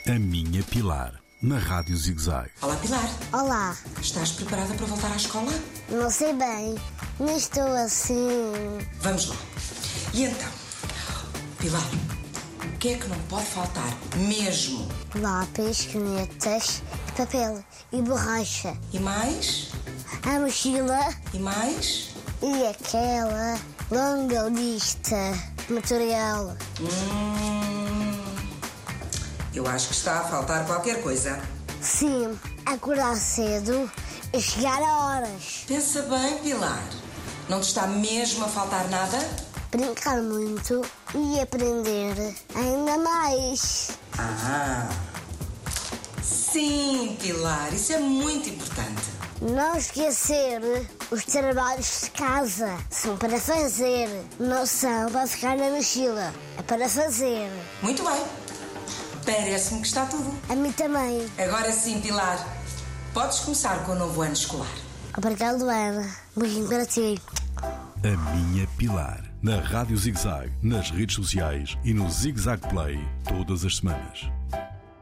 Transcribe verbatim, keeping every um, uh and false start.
A minha Pilar, na Rádio Zig-Zag. Olá, Pilar. Olá, Estás preparada para voltar à escola? não sei bem, não estou assim. Vamos lá. E então, Pilar, o que é que não pode faltar mesmo? Lápis, canetas, papel e borracha. E mais? A mochila E mais? e aquela longa lista de material. Hum, eu acho que está a faltar qualquer coisa. Sim, acordar cedo e chegar a horas. Pensa bem, Pilar. Não te está mesmo a faltar nada? Brincar muito e aprender ainda mais. Ah, sim, Pilar. Isso é muito importante. Não esquecer os trabalhos de casa. São para fazer, não são para ficar na mochila. É para fazer. Muito bem. Parece-me que está tudo. A mim também. Agora sim, Pilar. Podes começar com o novo ano escolar. Obrigado, Ana. Um beijinho para ti. A minha Pilar, na Rádio Zig-Zag, nas redes sociais e no Zig-Zag Play, todas as semanas.